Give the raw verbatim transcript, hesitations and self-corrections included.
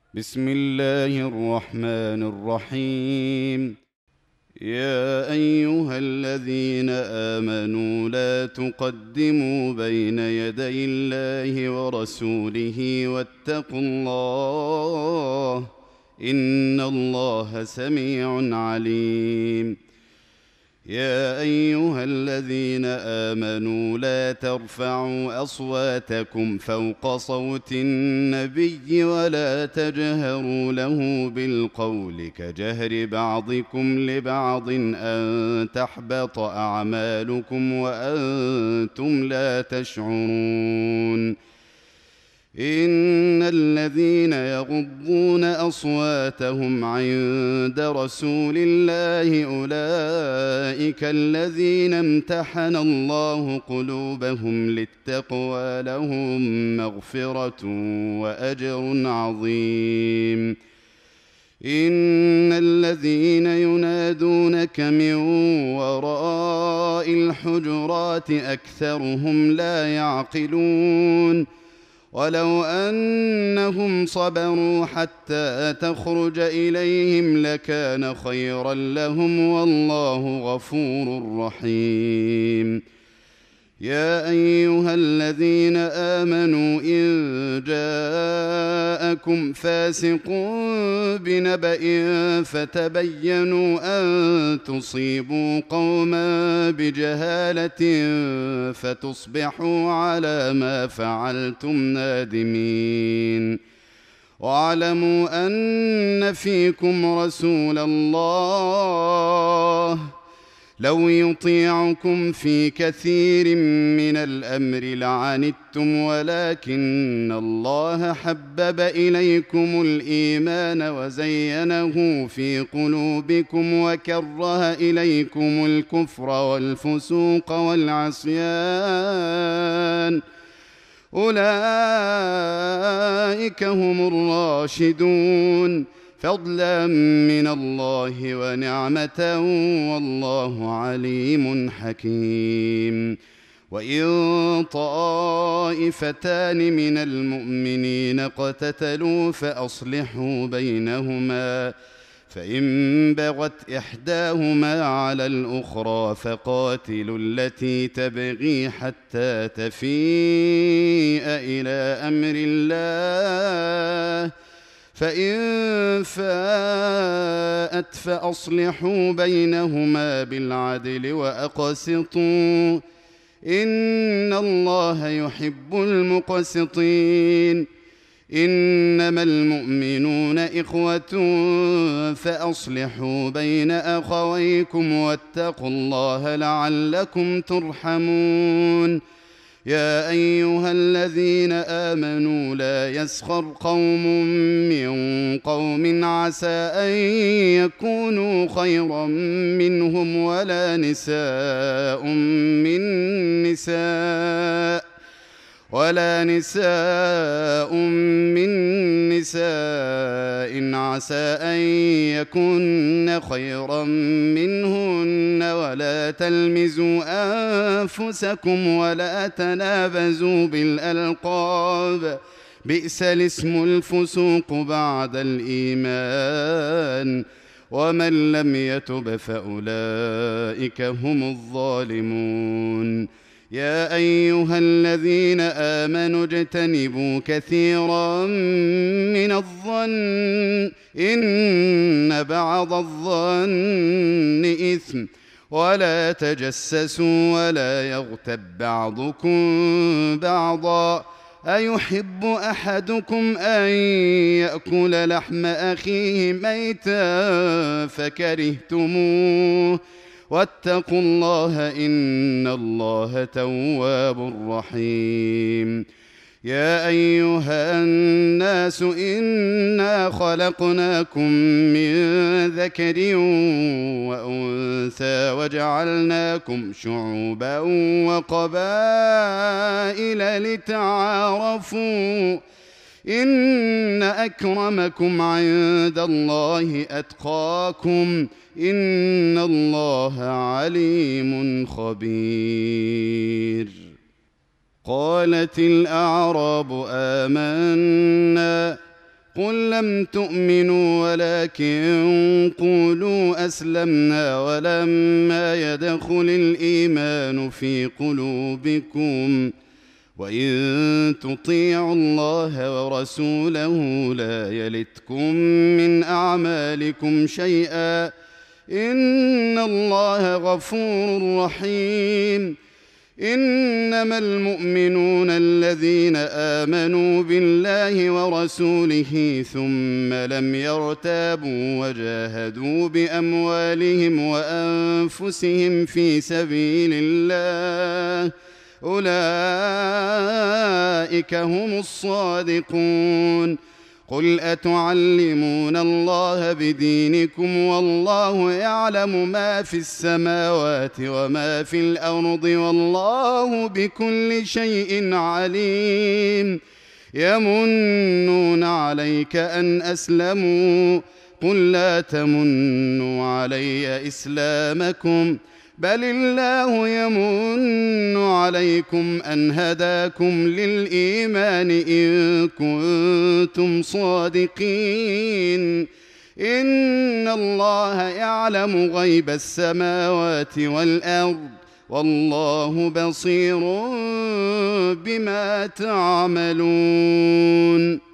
بسم الله الرحمن الرحيم. يا أيها الذين آمنوا لا تقدموا بين يدي الله ورسوله واتقوا الله، إن الله سميع عليم. يا أيها الذين آمنوا لا ترفعوا أصواتكم فوق صوت النبي ولا تجهروا له بالقول كجهر بعضكم لبعض أن تحبط أعمالكم وأنتم لا تشعرون. إن الذين يغضون أصواتهم عند رسول الله أولئك الذين امتحن الله قلوبهم للتقوى، لهم مغفرة وأجر عظيم. إن الذين ينادونك من وراء الحجرات أكثرهم لا يعقلون. ولو أنهم صبروا حتى تخرج إليهم لكان خيرا لهم، والله غفور رحيم. يا أيها الذين آمنوا إن جاءكم فاسق بنبأ فتبينوا أن تصيبوا قوما بجهالة فتصبحوا على ما فعلتم نادمين. واعلموا أن فيكم رسول الله لو يطيعكم في كثير من الأمر لعنتم، ولكن الله حبب إليكم الإيمان وزينه في قلوبكم وكره إليكم الكفر والفسوق والعصيان، أولئك هم الراشدون، فضلا من الله ونعمة، والله عليم حكيم. وإن طائفتان من المؤمنين اقتتلوا فأصلحوا بينهما، فإن بغت إحداهما على الأخرى فقاتلوا التي تبغي حتى تفيء إلى أمر الله، فإن فاءت فأصلحوا بينهما بالعدل وأقسطوا، إن الله يحب المقسطين. إنما المؤمنون إخوة فأصلحوا بين أخويكم واتقوا الله لعلكم ترحمون. يا أيها الذين آمنوا لا يسخر قوم من قوم عسى أن يكونوا خيرا منهم ولا نساء من نساء ولا نساء من نساء عسى أن يكن خيرا منهن، ولا تلمزوا أنفسكم ولا تنابزوا بالألقاب، بئس الاسم الفسوق بعد الإيمان، ومن لم يتب فأولئك هم الظالمون. يا أيها الذين آمنوا اجتنبوا كثيرا من الظن إن بعض الظن إثم، ولا تجسسوا ولا يغتب بعضكم بعضا، أيحب أحدكم أن يأكل لحم أخيه ميتا فكرهتموه، واتقوا الله إن الله تواب رحيم. يا أيها الناس إنا خلقناكم من ذكر وأنثى وجعلناكم شعوبا وقبائل لتعارفوا، إن أكرمكم عند الله أتقاكم، إن الله عليم خبير. قالت الأعراب آمنا قل لم تؤمنوا ولكن قولوا أسلمنا ولما يدخل الإيمان في قلوبكم وإن تطيعوا الله ورسوله لا يلتكم من أعمالكم شيئا إن الله غفور رحيم. إنما المؤمنون الذين آمنوا بالله ورسوله ثم لم يرتابوا وجاهدوا بأموالهم وأنفسهم في سبيل الله أولئك هم الصادقون. قل أتعلمون الله بدينكم والله يعلم ما في السماوات وما في الأرض والله بكل شيء عليم. يمنون عليك أن أسلموا قل لا تمنوا علي إسلامكم بل الله يمن عليكم أن هداكم للإيمان إن كنتم صادقين. إن الله يعلم غيب السماوات والأرض والله بصير بما تعملون.